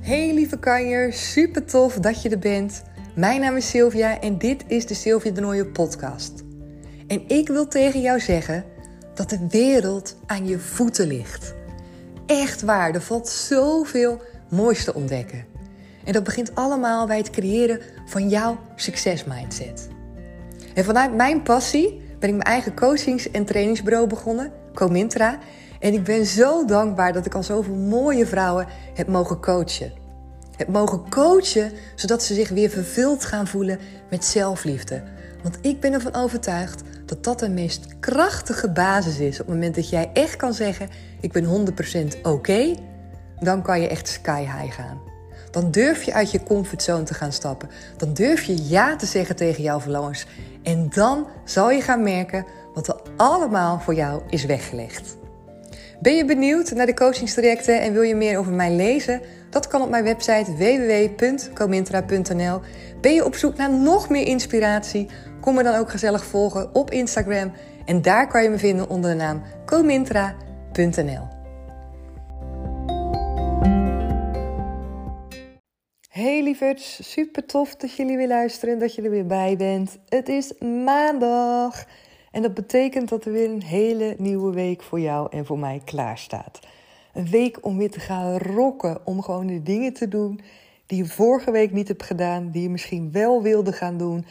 Hey lieve kanjer, super tof dat je er bent. Mijn naam is Sylvia en dit is de Sylvia de Nooijen podcast. En ik wil tegen jou zeggen dat de wereld aan je voeten ligt. Echt waar, er valt zoveel moois te ontdekken. En dat begint allemaal bij het creëren van jouw succesmindset. En vanuit mijn passie ben ik mijn eigen coachings- en trainingsbureau begonnen, Comintra. En ik ben zo dankbaar dat ik al zoveel mooie vrouwen heb mogen coachen. Heb mogen coachen zodat ze zich weer vervuld gaan voelen met zelfliefde. Want ik ben ervan overtuigd dat dat de meest krachtige basis is. Op het moment dat jij echt kan zeggen, ik ben 100% oké, dan kan je echt sky high gaan. Dan durf je uit je comfortzone te gaan stappen. Dan durf je ja te zeggen tegen jouw verlangens. En dan zal je gaan merken wat er allemaal voor jou is weggelegd. Ben je benieuwd naar de coachingstrajecten en wil je meer over mij lezen? Dat kan op mijn website www.comintra.nl. Ben je op zoek naar nog meer inspiratie? Kom me dan ook gezellig volgen op Instagram. En daar kan je me vinden onder de naam comintra.nl. Hey lieverds, super tof dat jullie weer luisteren en dat je er weer bij bent. Het is maandag en dat betekent dat er weer een hele nieuwe week voor jou en voor mij klaar staat. Een week om weer te gaan rocken, om gewoon de dingen te doen die je vorige week niet hebt gedaan, die je misschien wel wilde gaan doen,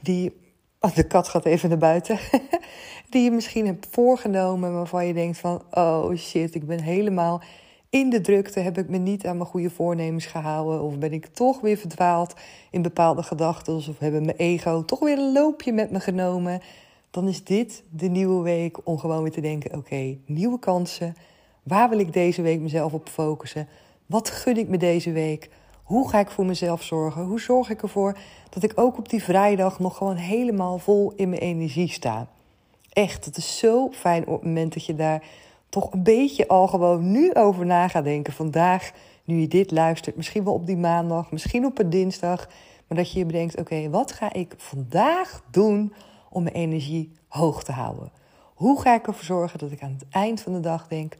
de kat gaat even naar buiten, die je misschien hebt voorgenomen, waarvan je denkt van, oh shit, ik ben helemaal in de drukte, heb ik me niet aan mijn goede voornemens gehouden, of ben ik toch weer verdwaald in bepaalde gedachten, of hebben mijn ego toch weer een loopje met me genomen. Dan is dit de nieuwe week om gewoon weer te denken, oké, nieuwe kansen. Waar wil ik deze week mezelf op focussen? Wat gun ik me deze week? Hoe ga ik voor mezelf zorgen? Hoe zorg ik ervoor dat ik ook op die vrijdag nog gewoon helemaal vol in mijn energie sta? Echt, het is zo fijn op het moment dat je daar toch een beetje al gewoon nu over na gaat denken. Vandaag, nu je dit luistert, misschien wel op die maandag, misschien op een dinsdag. Maar dat je je bedenkt, oké, wat ga ik vandaag doen om mijn energie hoog te houden? Hoe ga ik ervoor zorgen dat ik aan het eind van de dag denk,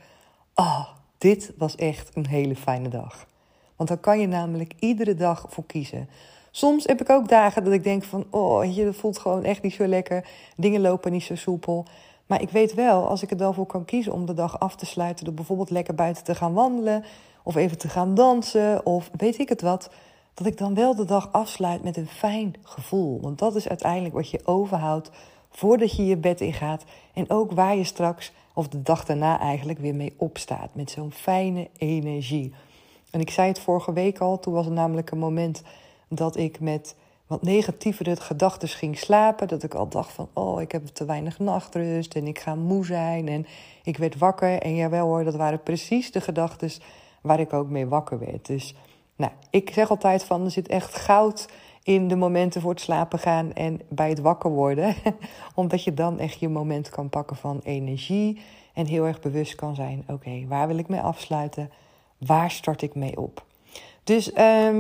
dit was echt een hele fijne dag. Want dan kan je namelijk iedere dag voor kiezen. Soms heb ik ook dagen dat ik denk van, dat voelt gewoon echt niet zo lekker. Dingen lopen niet zo soepel. Maar ik weet wel, als ik er dan voor kan kiezen om de dag af te sluiten door bijvoorbeeld lekker buiten te gaan wandelen of even te gaan dansen of weet ik het wat, dat ik dan wel de dag afsluit met een fijn gevoel. Want dat is uiteindelijk wat je overhoudt voordat je je bed ingaat en ook waar je straks, of de dag daarna eigenlijk, weer mee opstaat. Met zo'n fijne energie. En ik zei het vorige week al, toen was het namelijk een moment dat ik met wat negatievere gedachten ging slapen. Dat ik al dacht van, ik heb te weinig nachtrust en ik ga moe zijn. En ik werd wakker en jawel hoor, dat waren precies de gedachten waar ik ook mee wakker werd. Dus ik zeg altijd van, er zit echt goud in de momenten voor het slapen gaan en bij het wakker worden. Omdat je dan echt je moment kan pakken van energie en heel erg bewust kan zijn. Oké, waar wil ik mee afsluiten? Waar start ik mee op? Dus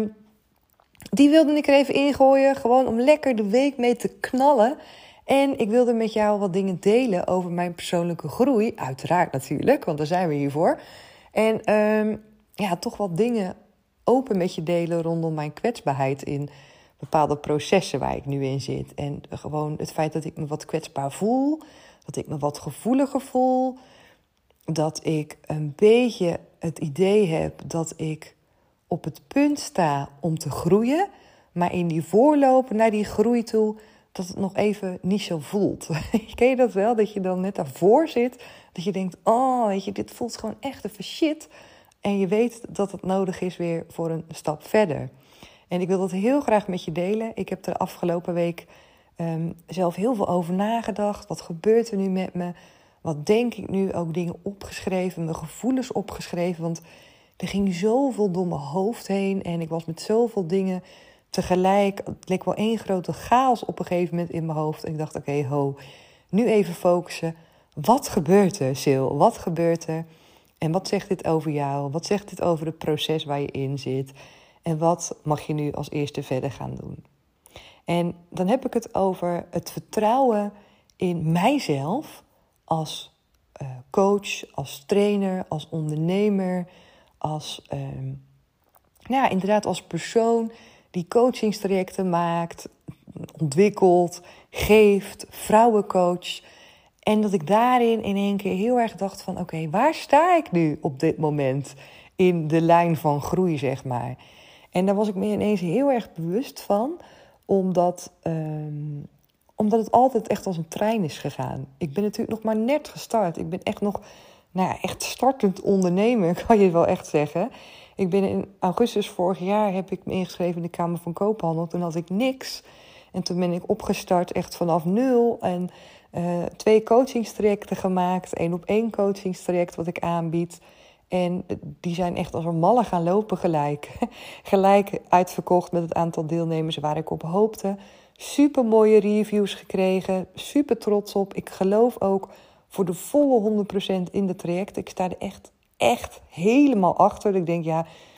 die wilde ik er even ingooien, gewoon om lekker de week mee te knallen. En ik wilde met jou wat dingen delen over mijn persoonlijke groei. Uiteraard natuurlijk, want daar zijn we hier voor. En toch wat dingen open met je delen rondom mijn kwetsbaarheid in bepaalde processen waar ik nu in zit. En gewoon het feit dat ik me wat kwetsbaar voel, dat ik me wat gevoeliger voel, dat ik een beetje het idee heb dat ik op het punt sta om te groeien, maar in die voorloop naar die groei toe, dat het nog even niet zo voelt. Ken je dat wel? Dat je dan net daarvoor zit, dat je denkt, dit voelt gewoon echt even shit. En je weet dat het nodig is weer voor een stap verder. En ik wil dat heel graag met je delen. Ik heb er afgelopen week zelf heel veel over nagedacht. Wat gebeurt er nu met me? Wat denk ik nu? Ook dingen opgeschreven, mijn gevoelens opgeschreven. Want er ging zoveel door mijn hoofd heen. En ik was met zoveel dingen tegelijk. Het leek wel één grote chaos op een gegeven moment in mijn hoofd. En ik dacht, nu even focussen. Wat gebeurt er, Sil? Wat gebeurt er? En wat zegt dit over jou? Wat zegt dit over het proces waar je in zit? En wat mag je nu als eerste verder gaan doen? En dan heb ik het over het vertrouwen in mijzelf als coach, als trainer, als ondernemer, als nou ja, inderdaad als persoon die coachingstrajecten maakt, ontwikkelt, geeft, vrouwencoach. En dat ik daarin in één keer heel erg dacht van oké, waar sta ik nu op dit moment in de lijn van groei, zeg maar. En daar was ik me ineens heel erg bewust van, omdat het altijd echt als een trein is gegaan. Ik ben natuurlijk nog maar net gestart. Ik ben echt nog, echt startend ondernemer, kan je wel echt zeggen. Ik ben in augustus vorig jaar heb ik me ingeschreven in de Kamer van Koophandel. Toen had ik niks. En toen ben ik opgestart echt vanaf nul. En 2 coachingstrajecten gemaakt. 1-op-1 coachingstraject wat ik aanbied. En die zijn echt als een malle gaan lopen gelijk. Gelijk uitverkocht met het aantal deelnemers waar ik op hoopte. Super mooie reviews gekregen. Super trots op. Ik geloof ook voor de volle 100% in de trajecten. Ik sta er echt helemaal achter. Ik denk,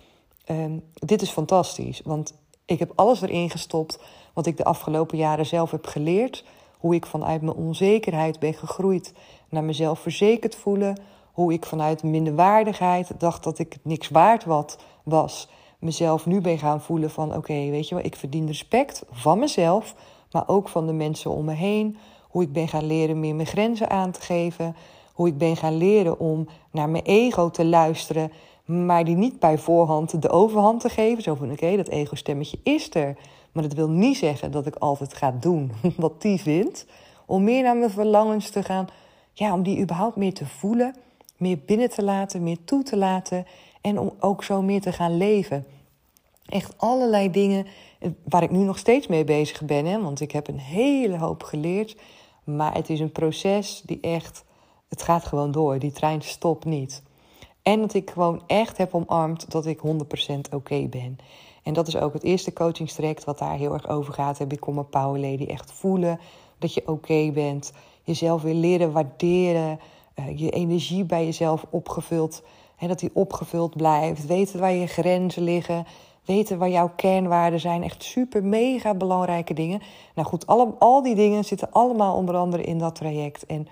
dit is fantastisch. Want ik heb alles erin gestopt wat ik de afgelopen jaren zelf heb geleerd. Hoe ik vanuit mijn onzekerheid ben gegroeid naar mezelf verzekerd voelen. Hoe ik vanuit minderwaardigheid dacht dat ik niks waard was. Mezelf nu ben gaan voelen van oké, weet je wel, ik verdien respect van mezelf, maar ook van de mensen om me heen. Hoe ik ben gaan leren meer mijn grenzen aan te geven. Hoe ik ben gaan leren om naar mijn ego te luisteren, maar die niet bij voorhand de overhand te geven. Zo van oké, dat ego-stemmetje is er. Maar dat wil niet zeggen dat ik altijd ga doen wat die vindt. Om meer naar mijn verlangens te gaan. Ja, om die überhaupt meer te voelen. Meer binnen te laten, meer toe te laten. En om ook zo meer te gaan leven. Echt allerlei dingen waar ik nu nog steeds mee bezig ben. Hè? Want ik heb een hele hoop geleerd. Maar het is een proces die echt, het gaat gewoon door. Die trein stopt niet. En dat ik gewoon echt heb omarmd dat ik 100% oké ben. En dat is ook het eerste coachingstraject wat daar heel erg over gaat. Heb ik om een Power Lady echt voelen dat je oké bent. Jezelf weer leren waarderen. Je energie bij jezelf opgevuld. En dat die opgevuld blijft. Weten waar je grenzen liggen. Weten waar jouw kernwaarden zijn. Echt super mega belangrijke dingen. Nou goed, al die dingen zitten allemaal onder andere in dat traject. En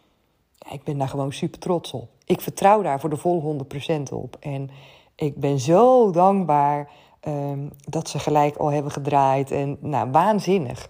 ik ben daar gewoon super trots op. Ik vertrouw daar voor de volle 100% op. En ik ben zo dankbaar dat ze gelijk al hebben gedraaid. En waanzinnig.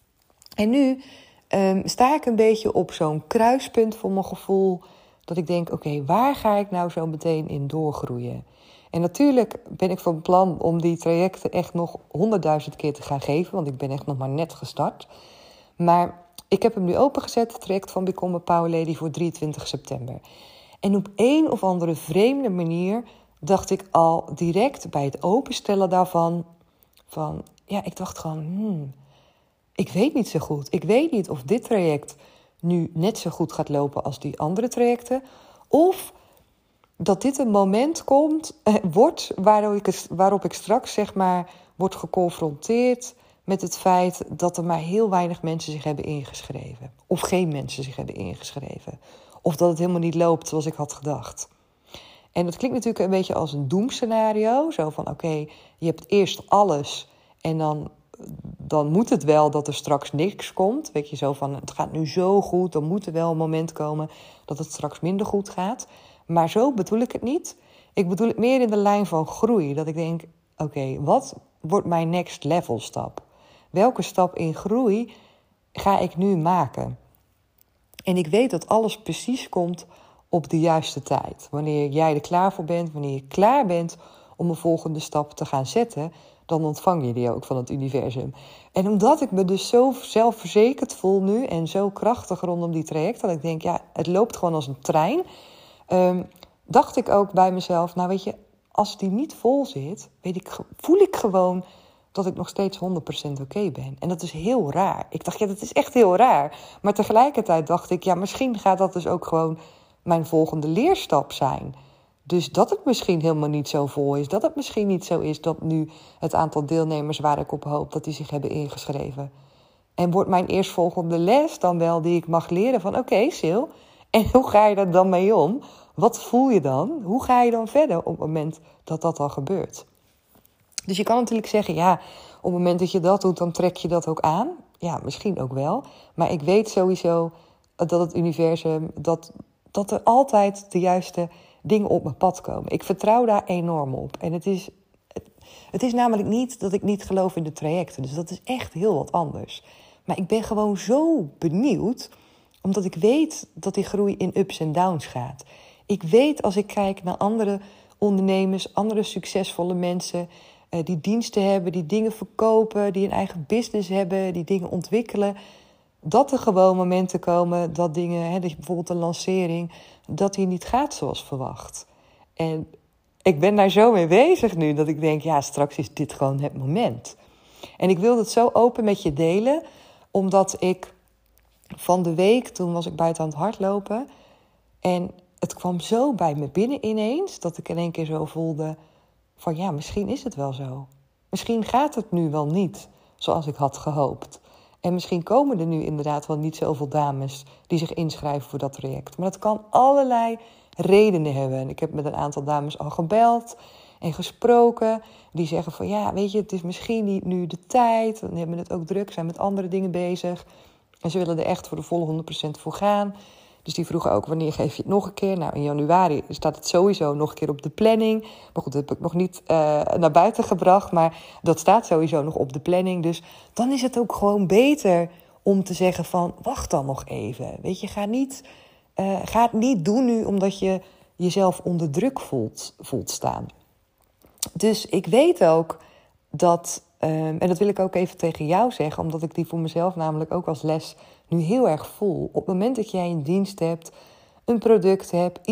En nu sta ik een beetje op zo'n kruispunt voor mijn gevoel. Dat ik denk, oké, waar ga ik nou zo meteen in doorgroeien? En natuurlijk ben ik van plan om die trajecten echt nog 100.000 keer te gaan geven. Want ik ben echt nog maar net gestart. Maar ik heb hem nu opengezet, het traject van Become a Power Lady voor 23 september. En op een of andere vreemde manier dacht ik al direct bij het openstellen daarvan ik dacht gewoon, ik weet niet zo goed. Ik weet niet of dit traject nu net zo goed gaat lopen als die andere trajecten. Of dat dit een moment wordt waarop ik straks word geconfronteerd met het feit dat er maar heel weinig mensen zich hebben ingeschreven. Of geen mensen zich hebben ingeschreven. Of dat het helemaal niet loopt zoals ik had gedacht. En dat klinkt natuurlijk een beetje als een doemscenario. Zo van oké, je hebt eerst alles en dan moet het wel dat er straks niks komt. Weet je, zo van het gaat nu zo goed, dan moet er wel een moment komen dat het straks minder goed gaat. Maar zo bedoel ik het niet. Ik bedoel het meer in de lijn van groei. Dat ik denk, oké, wat wordt mijn next level stap? Welke stap in groei ga ik nu maken? En ik weet dat alles precies komt op de juiste tijd. Wanneer jij er klaar voor bent, wanneer je klaar bent om een volgende stap te gaan zetten, dan ontvang je die ook van het universum. En omdat ik me dus zo zelfverzekerd voel nu en zo krachtig rondom die traject, dat ik denk, het loopt gewoon als een trein, dacht ik ook bij mezelf, weet je, als die niet vol zit, voel ik gewoon dat ik nog steeds 100% oké ben. En dat is heel raar. Ik dacht, dat is echt heel raar. Maar tegelijkertijd dacht ik, misschien gaat dat dus ook gewoon mijn volgende leerstap zijn. Dus dat het misschien helemaal niet zo vol is. Dat het misschien niet zo is dat nu het aantal deelnemers waar ik op hoop, dat die zich hebben ingeschreven. En wordt mijn eerstvolgende les dan wel die ik mag leren van oké, Sil, en hoe ga je daar dan mee om? Wat voel je dan? Hoe ga je dan verder op het moment dat dat al gebeurt? Dus je kan natuurlijk zeggen, op het moment dat je dat doet, dan trek je dat ook aan. Ja, misschien ook wel. Maar ik weet sowieso dat het universum, dat er altijd de juiste dingen op mijn pad komen. Ik vertrouw daar enorm op. En Het is namelijk niet dat ik niet geloof in de trajecten. Dus dat is echt heel wat anders. Maar ik ben gewoon zo benieuwd, omdat ik weet dat die groei in ups en downs gaat. Ik weet als ik kijk naar andere ondernemers, andere succesvolle mensen die diensten hebben, die dingen verkopen, die een eigen business hebben, die dingen ontwikkelen, dat er gewoon momenten komen dat dingen, bijvoorbeeld een lancering, dat die niet gaat zoals verwacht. En ik ben daar zo mee bezig nu, dat ik denk, ja, straks is dit gewoon het moment. En ik wil het zo open met je delen, omdat ik van de week, toen was ik buiten aan het hardlopen, en het kwam zo bij me binnen ineens, dat ik in één keer zo voelde van ja, misschien is het wel zo. Misschien gaat het nu wel niet zoals ik had gehoopt. En misschien komen er nu inderdaad wel niet zoveel dames die zich inschrijven voor dat traject. Maar dat kan allerlei redenen hebben. En ik heb met een aantal dames al gebeld en gesproken. Die zeggen van ja, weet je, het is misschien niet nu de tijd. Dan hebben het ook druk, zijn met andere dingen bezig. En ze willen er echt voor de volle 100% voor gaan. Dus die vroegen ook, wanneer geef je het nog een keer? Nou, in januari staat het sowieso nog een keer op de planning. Maar goed, dat heb ik nog niet naar buiten gebracht. Maar dat staat sowieso nog op de planning. Dus dan is het ook gewoon beter om te zeggen van, wacht dan nog even. Weet je, ga het niet doen nu omdat je jezelf onder druk voelt staan. Dus ik weet ook dat, en dat wil ik ook even tegen jou zeggen, omdat ik die voor mezelf namelijk ook als les nu heel erg voel. Op het moment dat jij een dienst hebt, een product hebt,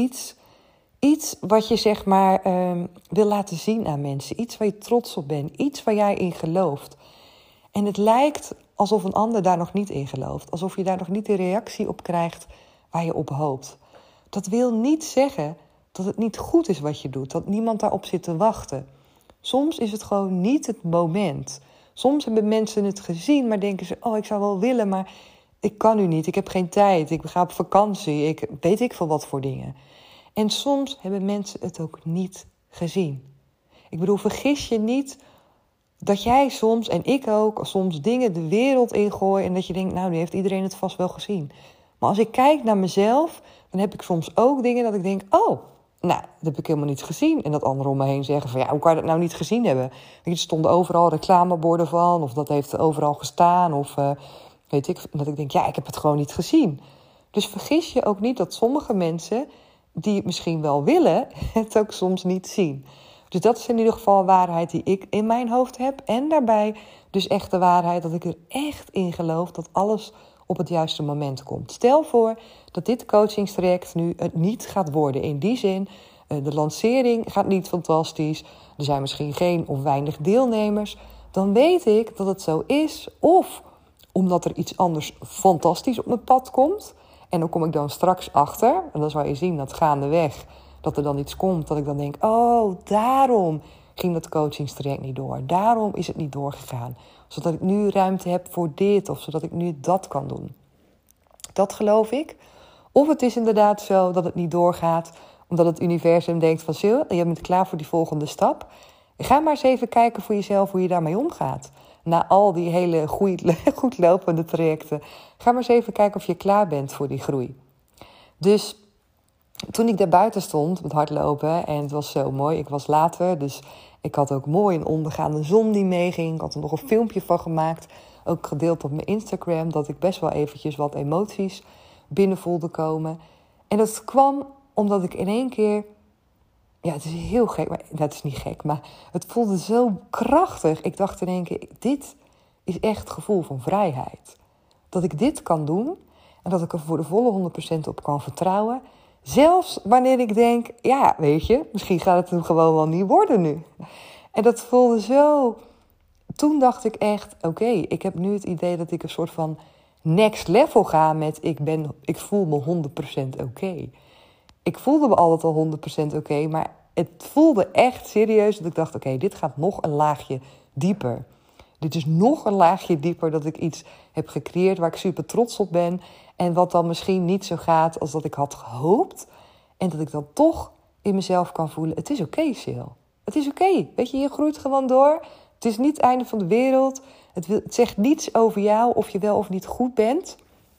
iets wat je zeg maar wil laten zien aan mensen. Iets waar je trots op bent, iets waar jij in gelooft. En het lijkt alsof een ander daar nog niet in gelooft. Alsof je daar nog niet de reactie op krijgt waar je op hoopt. Dat wil niet zeggen dat het niet goed is wat je doet. Dat niemand daarop zit te wachten. Soms is het gewoon niet het moment. Soms hebben mensen het gezien, maar denken ze, oh, ik zou wel willen, maar ik kan nu niet. Ik heb geen tijd. Ik ga op vakantie. Ik weet ik veel wat voor dingen. En soms hebben mensen het ook niet gezien. Ik bedoel, vergis je niet dat jij soms, en ik ook, soms dingen de wereld ingooien en dat je denkt, nou, nu heeft iedereen het vast wel gezien. Maar als ik kijk naar mezelf, dan heb ik soms ook dingen dat ik denk, oh, nou, dat heb ik helemaal niet gezien. En dat anderen om me heen zeggen van, ja, hoe kan je dat nou niet gezien hebben? Er stonden overal reclameborden van, of dat heeft overal gestaan, of weet ik, dat ik denk, ja, ik heb het gewoon niet gezien. Dus vergis je ook niet dat sommige mensen die het misschien wel willen, het ook soms niet zien. Dus dat is in ieder geval een waarheid die ik in mijn hoofd heb. En daarbij dus echt de waarheid dat ik er echt in geloof dat alles op het juiste moment komt. Stel voor dat dit coachingstraject nu het niet gaat worden. In die zin, de lancering gaat niet fantastisch. Er zijn misschien geen of weinig deelnemers. Dan weet ik dat het zo is. Of omdat er iets anders fantastisch op mijn pad komt. En dan kom ik dan straks achter. En dan zal je zien dat gaandeweg dat er dan iets komt. Dat ik dan denk, oh, daarom ging dat coachingstraject niet door. Daarom is het niet doorgegaan. Zodat ik nu ruimte heb voor dit. Of zodat ik nu dat kan doen. Dat geloof ik. Of het is inderdaad zo dat het niet doorgaat. Omdat het universum denkt van, Sil, je bent klaar voor die volgende stap. Ga maar eens even kijken voor jezelf hoe je daarmee omgaat. Na al die hele goed lopende trajecten. Ga maar eens even kijken of je klaar bent voor die groei. Dus toen ik daar buiten stond met hardlopen, en het was zo mooi, ik was later, dus ik had ook mooi een ondergaande zon die meeging. Ik had er nog een filmpje van gemaakt, ook gedeeld op mijn Instagram, dat ik best wel eventjes wat emoties binnen voelde komen. En dat kwam omdat ik in één keer, ja, het is heel gek, maar dat is niet gek, maar het voelde zo krachtig. Ik dacht in één keer, dit is echt het gevoel van vrijheid. Dat ik dit kan doen en dat ik er voor de volle 100% op kan vertrouwen. Zelfs wanneer ik denk, ja, weet je, misschien gaat het hem gewoon wel niet worden nu. En dat voelde zo. Toen dacht ik echt, oké, ik heb nu het idee dat ik een soort van next level ga met ik voel me 100% oké. Ik voelde me altijd al 100% oké, maar het voelde echt serieus dat ik dacht, oké, dit gaat nog een laagje dieper. Dit is nog een laagje dieper dat ik iets heb gecreëerd waar ik super trots op ben. En wat dan misschien niet zo gaat als dat ik had gehoopt. En dat ik dan toch in mezelf kan voelen, het is oké, Sil. Het is oké. Weet je groeit gewoon door. Het is niet het einde van de wereld. Het zegt niets over jou of je wel of niet goed bent.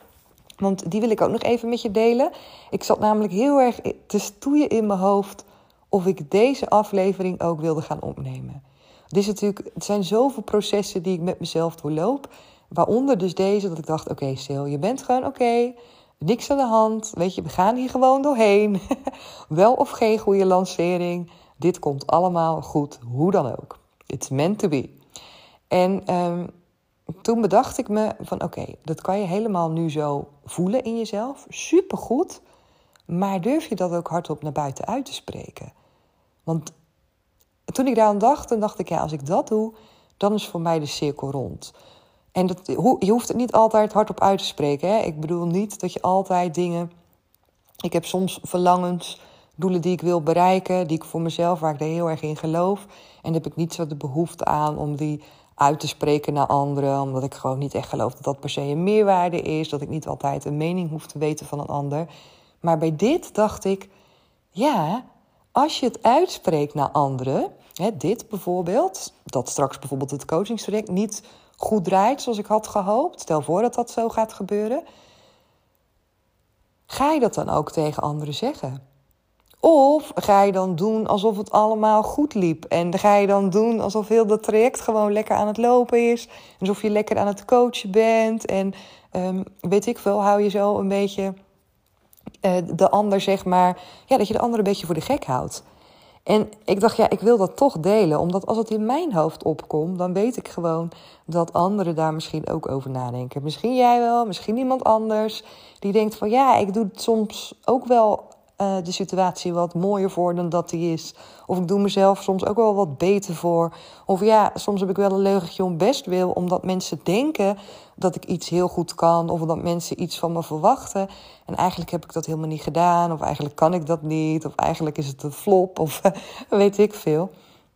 Want die wil ik ook nog even met je delen. Ik zat namelijk heel erg te stoeien in mijn hoofd of ik deze aflevering ook wilde gaan opnemen. Het zijn zoveel processen die ik met mezelf doorloop. Waaronder dus deze, dat ik dacht, oké, Sil, je bent gewoon oké. Niks aan de hand. Weet je, we gaan hier gewoon doorheen. Wel of geen goede lancering. Dit komt allemaal goed, hoe dan ook. It's meant to be. En toen bedacht ik me van oké, dat kan je helemaal nu zo voelen in jezelf. Supergoed. Maar durf je dat ook hardop naar buiten uit te spreken? Want toen ik daaraan dacht, dan dacht ik, ja, als ik dat doe, dan is voor mij de cirkel rond. En je hoeft het niet altijd hardop uit te spreken. Hè? Ik bedoel niet dat je altijd dingen... Ik heb soms verlangens, doelen die ik wil bereiken, die ik voor mezelf, waar ik er heel erg in geloof. En heb ik niet zo de behoefte aan om die uit te spreken naar anderen. Omdat ik gewoon niet echt geloof dat dat per se een meerwaarde is. Dat ik niet altijd een mening hoef te weten van een ander. Maar bij dit dacht ik, ja, als je het uitspreekt naar anderen, dit bijvoorbeeld, dat straks bijvoorbeeld het coachingstraject niet goed draait zoals ik had gehoopt, stel voor dat dat zo gaat gebeuren, ga je dat dan ook tegen anderen zeggen? Of ga je dan doen alsof het allemaal goed liep? En ga je dan doen alsof heel dat traject gewoon lekker aan het lopen is? Alsof je lekker aan het coachen bent? En weet ik veel, hou je zo een beetje de ander, zeg maar, ja, dat je de ander een beetje voor de gek houdt. En ik dacht, ja, ik wil dat toch delen. Omdat als het in mijn hoofd opkomt, dan weet ik gewoon dat anderen daar misschien ook over nadenken. Misschien jij wel, misschien iemand anders. Die denkt van, ja, ik doe het soms ook wel de situatie wat mooier voor dan dat die is. Of ik doe mezelf soms ook wel wat beter voor. Of ja, soms heb ik wel een leugentje om best wil, omdat mensen denken dat ik iets heel goed kan. Of dat mensen iets van me verwachten. En eigenlijk heb ik dat helemaal niet gedaan. Of eigenlijk kan ik dat niet. Of eigenlijk is het een flop. Of weet ik veel.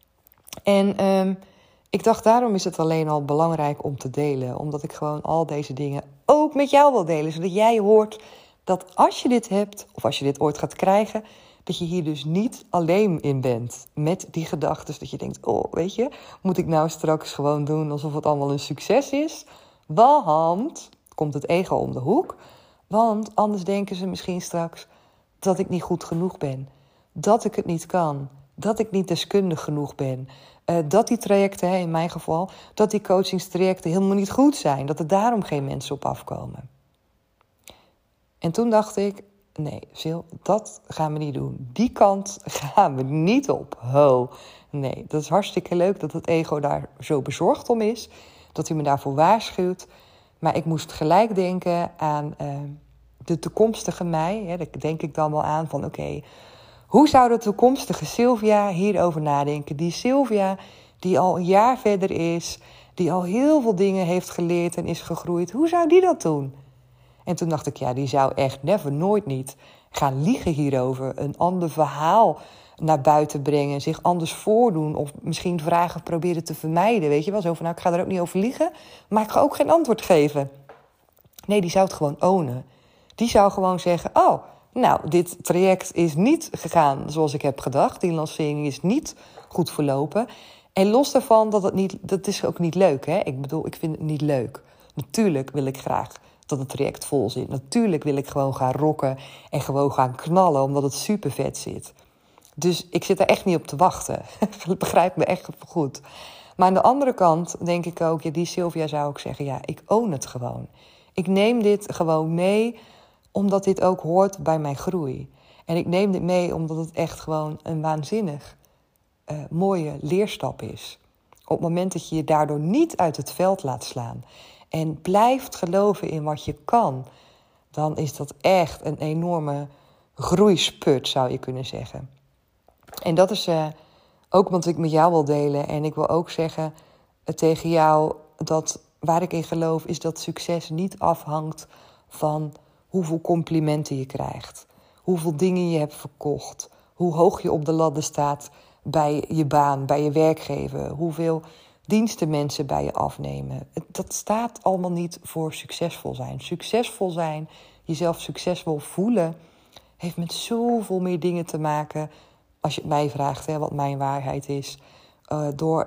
En ik dacht, daarom is het alleen al belangrijk om te delen. Omdat ik gewoon al deze dingen ook met jou wil delen. Zodat jij hoort dat als je dit hebt, of als je dit ooit gaat krijgen, dat je hier dus niet alleen in bent. Met die gedachten dat je denkt, oh, weet je, moet ik nou straks gewoon doen alsof het allemaal een succes is? Want, komt het ego om de hoek, want anders denken ze misschien straks dat ik niet goed genoeg ben. Dat ik het niet kan. Dat ik niet deskundig genoeg ben. Dat die trajecten, in mijn geval, dat die coachingstrajecten helemaal niet goed zijn. Dat er daarom geen mensen op afkomen. En toen dacht ik, nee, Sil, dat gaan we niet doen. Die kant gaan we niet op. Ho, nee, dat is hartstikke leuk dat het ego daar zo bezorgd om is. Dat hij me daarvoor waarschuwt. Maar ik moest gelijk denken aan de toekomstige mij. Daar denk ik dan wel aan van oké, hoe zou de toekomstige Sylvia hierover nadenken? Die Sylvia die al een jaar verder is, die al heel veel dingen heeft geleerd en is gegroeid. Hoe zou die dat doen? En toen dacht ik, ja, die zou echt nooit niet gaan liegen hierover. Een ander verhaal naar buiten brengen, zich anders voordoen. Of misschien vragen proberen te vermijden. Weet je wel, zo van, nou, ik ga er ook niet over liegen, maar ik ga ook geen antwoord geven. Nee, die zou het gewoon ownen. Die zou gewoon zeggen, oh, nou, dit traject is niet gegaan zoals ik heb gedacht. Die lancering is niet goed verlopen. En los daarvan, dat is ook niet leuk, hè? Ik bedoel, ik vind het niet leuk. Natuurlijk wil ik graag dat het traject vol zit. Natuurlijk wil ik gewoon gaan rocken en gewoon gaan knallen, omdat het super vet zit. Dus ik zit er echt niet op te wachten. Begrijp me echt goed. Maar aan de andere kant denk ik ook, ja, die Sylvia zou ook zeggen, ja, ik own het gewoon. Ik neem dit gewoon mee, omdat dit ook hoort bij mijn groei. En ik neem dit mee omdat het echt gewoon een waanzinnig mooie leerstap is. Op het moment dat je je daardoor niet uit het veld laat slaan en blijft geloven in wat je kan, dan is dat echt een enorme groeispurt, zou je kunnen zeggen. En dat is ook wat ik met jou wil delen. En ik wil ook zeggen tegen jou dat waar ik in geloof is dat succes niet afhangt van hoeveel complimenten je krijgt, hoeveel dingen je hebt verkocht, hoe hoog je op de ladder staat bij je baan, bij je werkgever, hoeveel diensten mensen bij je afnemen. Dat staat allemaal niet voor succesvol zijn. Succesvol zijn, jezelf succesvol voelen, heeft met zoveel meer dingen te maken, als je het mij vraagt, wat mijn waarheid is. Door,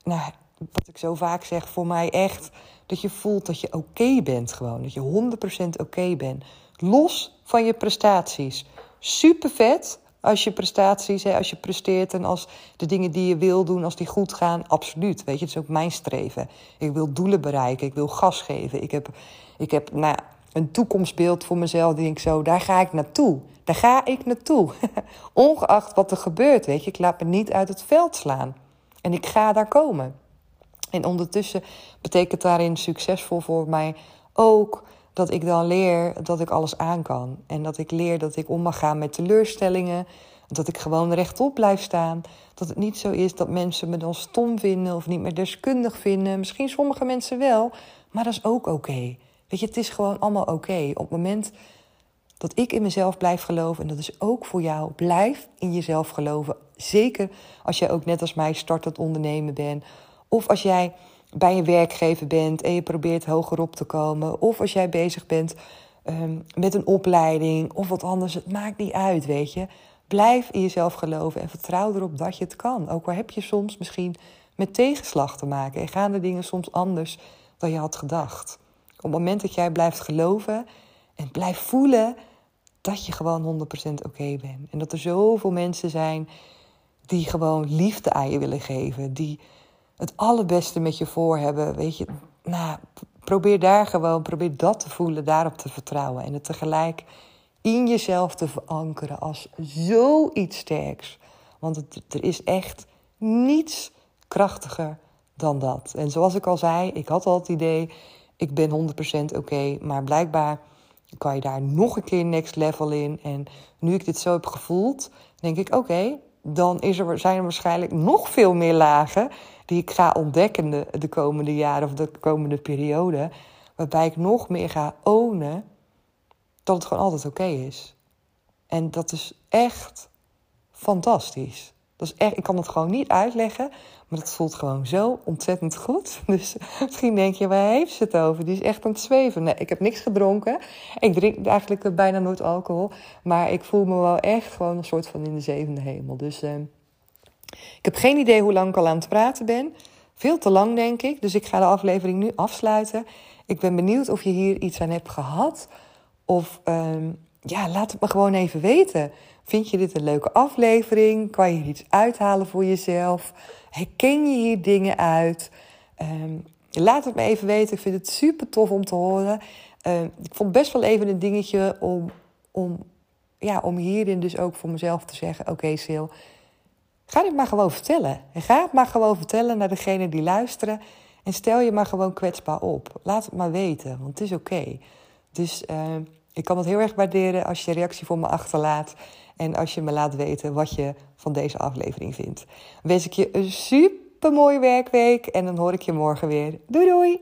wat ik zo vaak zeg, voor mij echt, dat je voelt dat je oké bent gewoon. Dat je 100% oké bent. Los van je prestaties. Super vet als je prestaties, als je presteert en als de dingen die je wil doen, als die goed gaan, absoluut. Weet je, het is ook mijn streven. Ik wil doelen bereiken, ik wil gas geven. Ik heb een toekomstbeeld voor mezelf, die denk ik zo, daar ga ik naartoe. Daar ga ik naartoe. Ongeacht wat er gebeurt, weet je. Ik laat me niet uit het veld slaan. En ik ga daar komen. En ondertussen betekent daarin succesvol voor mij ook dat ik dan leer dat ik alles aan kan. En dat ik leer dat ik om mag gaan met teleurstellingen. Dat ik gewoon rechtop blijf staan. Dat het niet zo is dat mensen me dan stom vinden of niet meer deskundig vinden. Misschien sommige mensen wel, maar dat is ook oké. Weet je, het is gewoon allemaal oké. Op het moment dat ik in mezelf blijf geloven, en dat is ook voor jou, blijf in jezelf geloven. Zeker als jij ook net als mij startend ondernemen bent. Of als jij bij een werkgever bent en je probeert hoger op te komen. Of als jij bezig bent met een opleiding of wat anders. Het maakt niet uit, weet je. Blijf in jezelf geloven en vertrouw erop dat je het kan. Ook al heb je soms misschien met tegenslag te maken. En gaan de dingen soms anders dan je had gedacht. Op het moment dat jij blijft geloven en blijft voelen dat je gewoon 100% oké bent. En dat er zoveel mensen zijn die gewoon liefde aan je willen geven. Die het allerbeste met je voor hebben. Weet je, probeer dat te voelen, daarop te vertrouwen. En het tegelijk in jezelf te verankeren als zoiets sterks. Want er is echt niets krachtiger dan dat. En zoals ik al zei, ik had al het idee, ik ben 100% oké. Maar blijkbaar kan je daar nog een keer next level in. En nu ik dit zo heb gevoeld, denk ik, oké, dan zijn er waarschijnlijk nog veel meer lagen die ik ga ontdekken de komende jaren of de komende periode. Waarbij ik nog meer ga ownen dat het gewoon altijd oké is. En dat is echt fantastisch. Dat is echt, ik kan het gewoon niet uitleggen, maar het voelt gewoon zo ontzettend goed. Dus misschien denk je, waar heeft ze het over? Die is echt aan het zweven. Nee, ik heb niks gedronken. Ik drink eigenlijk bijna nooit alcohol. Maar ik voel me wel echt gewoon een soort van in de zevende hemel. Dus ik heb geen idee hoe lang ik al aan het praten ben. Veel te lang, denk ik. Dus ik ga de aflevering nu afsluiten. Ik ben benieuwd of je hier iets aan hebt gehad. Of laat het me gewoon even weten. Vind je dit een leuke aflevering? Kan je hier iets uithalen voor jezelf? Herken je hier dingen uit? Laat het me even weten. Ik vind het super tof om te horen. Ik vond best wel even een dingetje om hierin dus ook voor mezelf te zeggen, oké, Sil, ga dit maar gewoon vertellen. En ga het maar gewoon vertellen naar degenen die luisteren. En stel je maar gewoon kwetsbaar op. Laat het maar weten, want het is oké. Dus ik kan het heel erg waarderen als je een reactie voor me achterlaat. En als je me laat weten wat je van deze aflevering vindt. Dan wens ik je een super mooie werkweek. En dan hoor ik je morgen weer. Doei doei!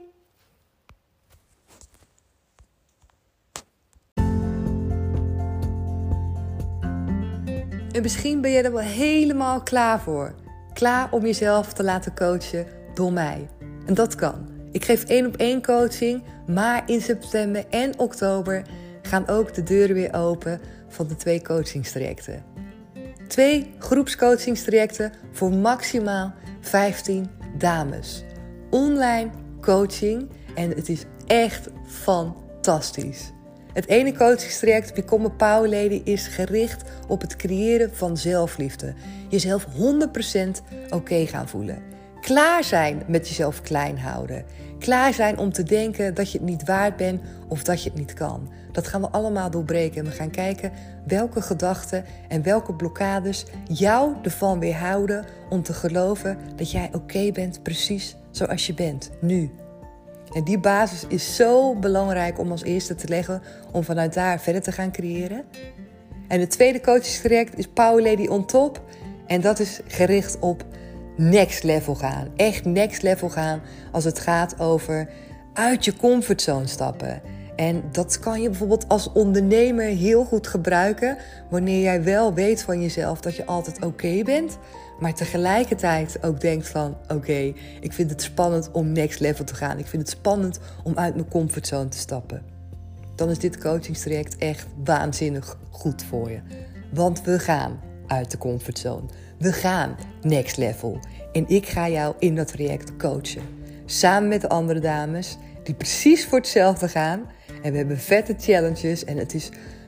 En misschien ben je er wel helemaal klaar voor. Klaar om jezelf te laten coachen door mij. En dat kan. Ik geef 1-op-1 coaching, maar in september en oktober gaan ook de deuren weer open van de 2 coachingstrajecten. 2 groepscoachingstrajecten voor maximaal 15 dames. Online coaching en het is echt fantastisch. Het ene coachingstraject, Become a Power Lady, is gericht op het creëren van zelfliefde. Jezelf 100% oké gaan voelen. Klaar zijn met jezelf klein houden. Klaar zijn om te denken dat je het niet waard bent of dat je het niet kan. Dat gaan we allemaal doorbreken. En we gaan kijken welke gedachten en welke blokkades jou ervan weerhouden om te geloven dat jij oké bent precies zoals je bent, nu. En die basis is zo belangrijk om als eerste te leggen, om vanuit daar verder te gaan creëren. En het tweede coachingstraject is Power Lady on Top. En dat is gericht op next level gaan. Echt next level gaan als het gaat over uit je comfortzone stappen. En dat kan je bijvoorbeeld als ondernemer heel goed gebruiken wanneer jij wel weet van jezelf dat je altijd oké bent, maar tegelijkertijd ook denkt van oké, ik vind het spannend om next level te gaan. Ik vind het spannend om uit mijn comfortzone te stappen. Dan is dit coachingstraject echt waanzinnig goed voor je. Want we gaan uit de comfortzone. We gaan next level. En ik ga jou in dat traject coachen. Samen met de andere dames die precies voor hetzelfde gaan. En we hebben vette challenges. En het is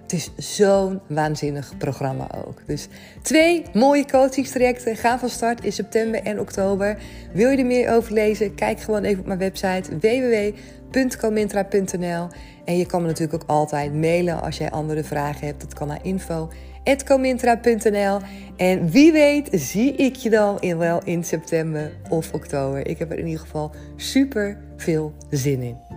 Het is zo'n waanzinnig programma ook. Dus 2 mooie coachingstrajecten gaan van start in september en oktober. Wil je er meer over lezen? Kijk gewoon even op mijn website www.comintra.nl. En je kan me natuurlijk ook altijd mailen als jij andere vragen hebt. Dat kan naar info@comintra.nl. En wie weet zie ik je dan in september of oktober. Ik heb er in ieder geval super veel zin in.